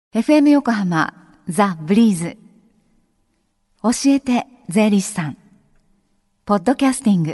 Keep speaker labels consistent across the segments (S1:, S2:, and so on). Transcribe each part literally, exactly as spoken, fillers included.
S1: エフエム 横浜ザ・ブリーズ教えて税理士さんポッドキャスティング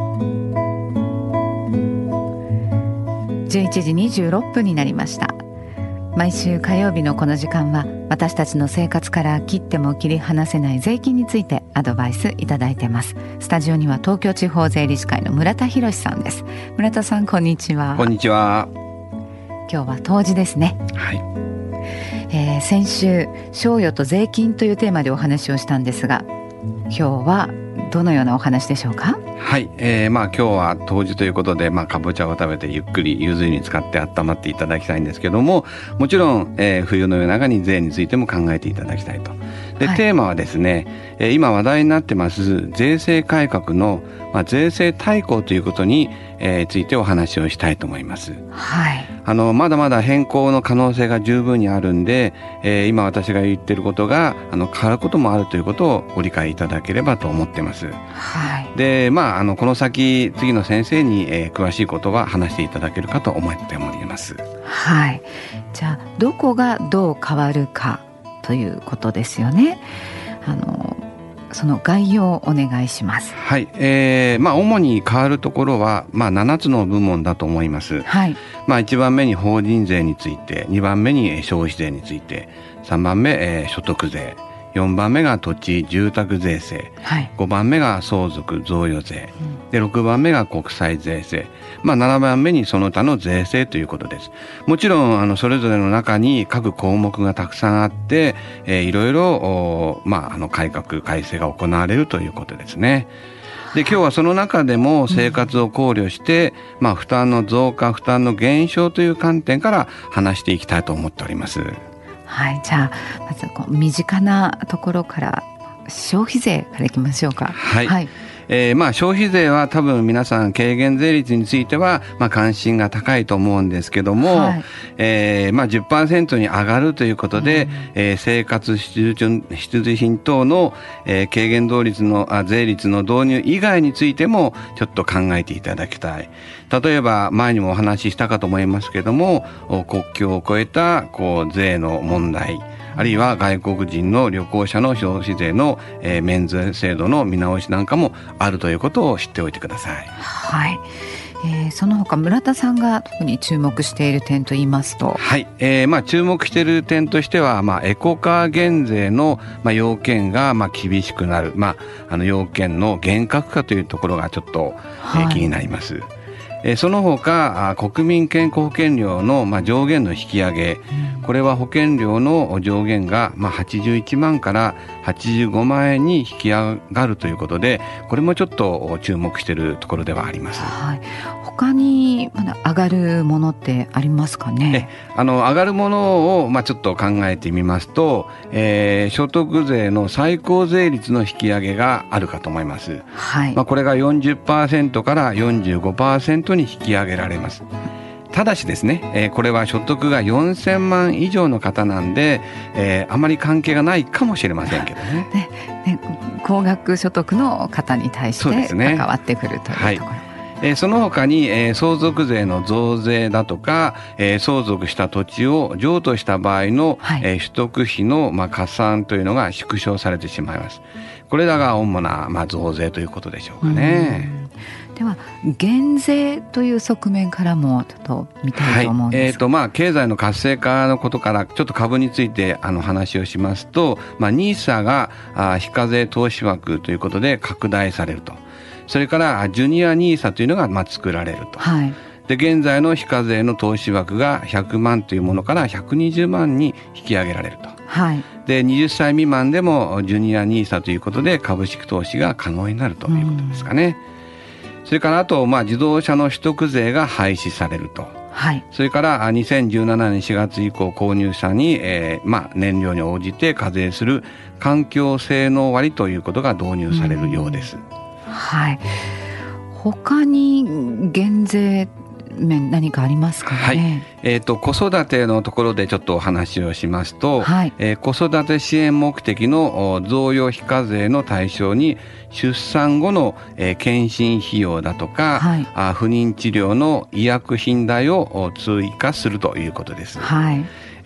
S1: じゅういちじにじゅうろっぷんになりました。毎週火曜日のこの時間は私たちの生活から切っても切り離せない税金についてアドバイスいただいてます。スタジオには東京地方税理士会の村田博さんです。村田さん、こんにちは。
S2: こんにちは。
S1: 今日は冬至ですね。
S2: はい。
S1: えー、先週賞与と税金というテーマでお話をしたんですが、今日はどのようなお話でしょうか？
S2: はい、えー、まあ今日は冬至ということで、まあ、かぼちゃを食べてゆっくりゆず湯に使って温まっていただきたいんですけども、もちろん、えー、冬の夜長に税についても考えていただきたいと。で、はい、テーマはですね、えー、今話題になってます税制改革の、まあ、税制大綱ということに、えー、ついてお話をしたいと思います。
S1: はい。
S2: あのまだまだ変更の可能性が十分にあるんで、えー、今私が言ってることがあの変わることもあるということをご理解いただければと思ってます。
S1: はい。
S2: で、まあ、あのこの先次の先生に、えー、詳しいことは話していただけるかと思っております。
S1: はい。じゃあどこがどう変わるかということですよね。あのその概要をお願いします。
S2: はい、えーまあ、主に変わるところは、まあ、ななつの部門だと思います。
S1: はい。
S2: まあ、いちばんめに法人税について、にばんめに消費税について、さんばんめ、えー、所得税、よんばんめが土地住宅税制、
S1: はい、
S2: ごばんめが相続贈与税、
S1: うん、
S2: でろくばんめが国際税制、まあ、ななばんめにその他の税制ということです。もちろんあのそれぞれの中に各項目がたくさんあって、えー、いろいろ、まあ、あの改革改正が行われるということですね。で、今日はその中でも生活を考慮して、うん、まあ、負担の増加負担の減少という観点から話していきたいと思っております。
S1: はい、じゃあまずこう身近なところから消費税からいきましょうか。
S2: はい、
S1: はい。
S2: えーまあ、消費税は多分皆さん軽減税率については、まあ、関心が高いと思うんですけども、はい、えーまあ、じゅっパーセント に上がるということで、うん、えー、生活必需品等の、えー、軽減税率のあ税率の導入以外についてもちょっと考えていただきたい。例えば前にもお話ししたかと思いますけども、国境を越えたこう税の問題、あるいは外国人の旅行者の消費税の、えー、免税制度の見直しなんかもあるということを知っておいてください。
S1: はい。えー、その他村田さんが特に注目している点といいますと、
S2: はい、えーまあ、注目している点としては、まあ、エコカー減税の、まあ、要件が、まあ、厳しくなる、まあ、あの要件の厳格化というところがちょっと、はい、えー、気になります。えー、その他国民健康保険料の、まあ、上限の引き上げ、うん、これは保険料の上限が、まあ、はちじゅういちまんからはちじゅうごまんえんに引き上がるということで、これもちょっと注目しているところではあります。
S1: はい、他にまだ上がるものってありますかね？
S2: えあの上がるものを、まあ、ちょっと考えてみますと、えー、所得税の最高税率の引き上げがあるかと思います。
S1: はい。
S2: まあ、これが よんじゅっパーセント から よんじゅうごパーセント に引き上げられます。ただしですね、えー、これは所得がよんせんまん以上の方なんで、えー、あまり関係がないかもしれませんけどね。
S1: ねね、高額所得の方に対して関わってくるというところ。はい。
S2: えー、その他に、えー、相続税の増税だとか、えー、相続した土地を譲渡した場合の、はい、えー、取得費の、まあ、加算というのが縮小されてしまいます。これらが主な、まあ、増税ということでしょうかね。
S1: では減税という側面からもちょっと見たいと思うんですが、はい、
S2: えーとまあ、経済の活性化のことからちょっと株についてあの話をしますと、まあ、ニーサ があ非課税投資枠ということで拡大されると。それからジュニアニーサというのがまあ作られると、はい、で現在の非課税の投資枠がひゃくまんというものからひゃくにじゅうまんに引き上げられると、はい、ではたち未満でもジュニアニーサということで株式投資が可能になるということですかね。それからあと、まあ、自動車の取得税が廃止されると、はい、それからにせんじゅうななねんしがつ以降購入者に、えーまあ、燃料に応じて課税する環境性能割ということが導入されるようです。
S1: はい、他に減税面何かありますかね？
S2: はい、えーと、子育てのところでちょっとお話をしますと、はい、えー、子育て支援目的の贈与非課税の対象に出産後の、えー、検診費用だとか、はい、あ不妊治療の医薬品代を追加するということです。はい、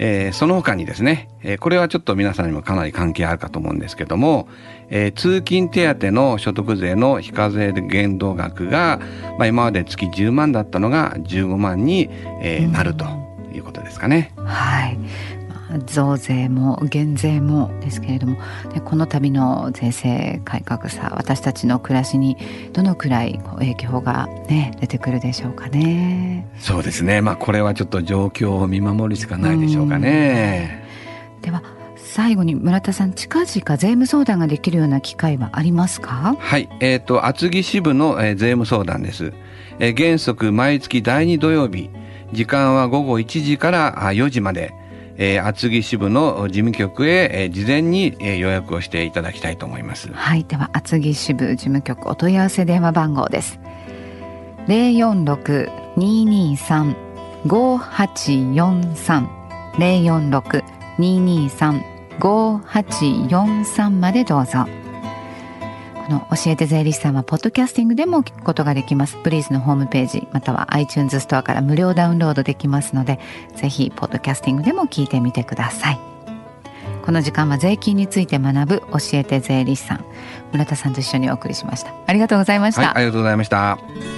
S2: えー、その他にですね、えー、これはちょっと皆さんにもかなり関係あるかと思うんですけども、えー、通勤手当の所得税の非課税限度額が、まあ、今まで月じゅうまんだったのがじゅうごまんに、えー、なるということですかね。
S1: はい、増税も減税もですけれども、この度の税制改革さ、私たちの暮らしにどのくらい影響が、ね、出てくるでしょうかね。
S2: そうですね、まあ、これはちょっと状況を見守るしかないでしょうかね。
S1: では最後に村田さん、近々税務相談ができるような機会はありますか？
S2: はい、えーと、厚木支部の、えー、税務相談です。えー、原則毎月だいに土曜日、時間はごごいちじからよじまで、えー、厚木支部の事務局へ、えー、事前に、えー、予約をしていただきたいと思います。
S1: はい、では厚木支部事務局お問い合わせ電話番号です。 ゼロよんろく にーにーさん ごはちよんさん ゼロよんろく にーにーさん ごはちよんさん までどうぞ。この教えて税理士さんはポッドキャスティングでも聞くことができます。ブリーズのホームページまたは iTunes ストアから無料ダウンロードできますので、ぜひポッドキャスティングでも聞いてみてください。この時間は税金について学ぶ教えて税理士さん、村田さんと一緒にお送りしました。ありがとうございました。
S2: はい、ありがとうございました。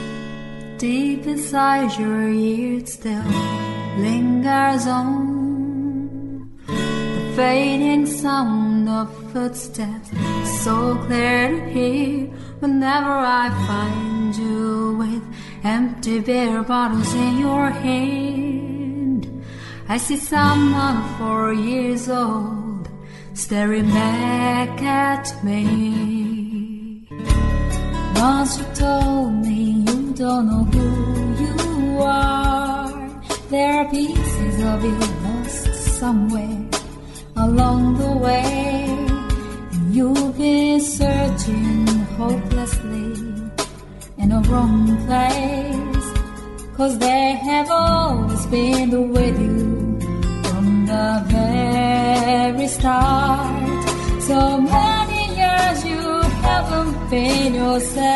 S3: Deep inside your ears still lingers on the fading sound of footsteps, so clear to hear whenever I find you with empty beer bottles in your hand. I see someone four years old staring back at me. Once you told me you don't know who you are. There are pieces of you lost somewhere along the way, and you've been searching hopelessly in a wrong place, 'cause they have always been with you from the very start. So many years you haven't been yourself.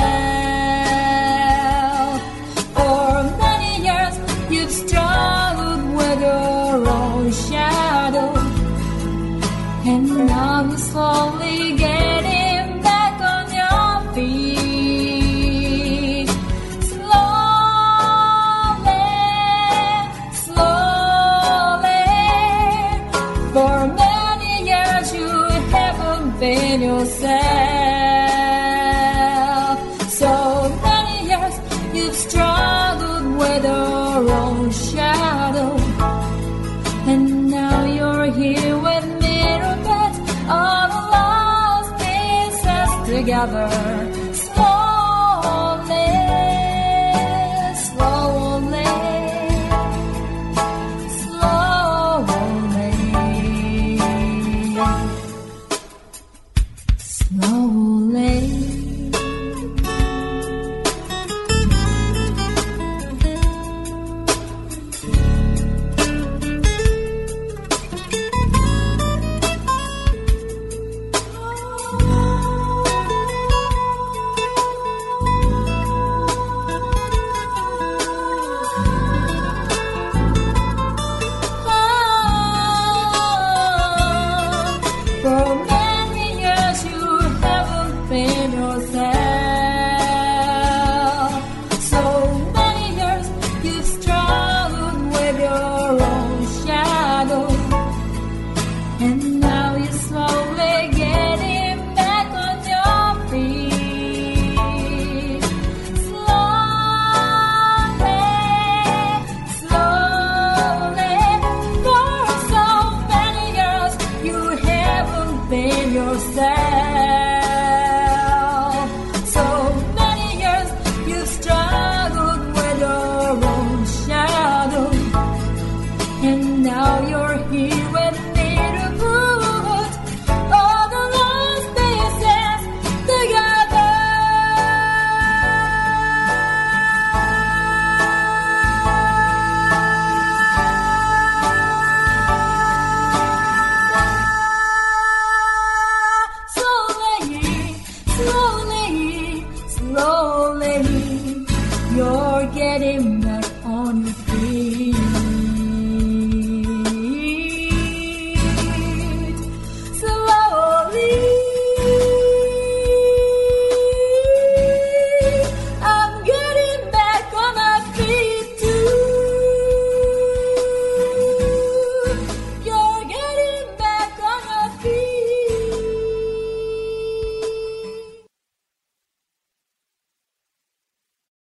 S3: For many years you've struggled with your own shadow, and now you're slowly getting back on your feet. Slowly, slowly. For many years you haven't been yourself. So many years you've struggled with your own shadow, and now you're here with me, all the lost pieces together. Slowly, slowly, slowly, slowly. Yourself.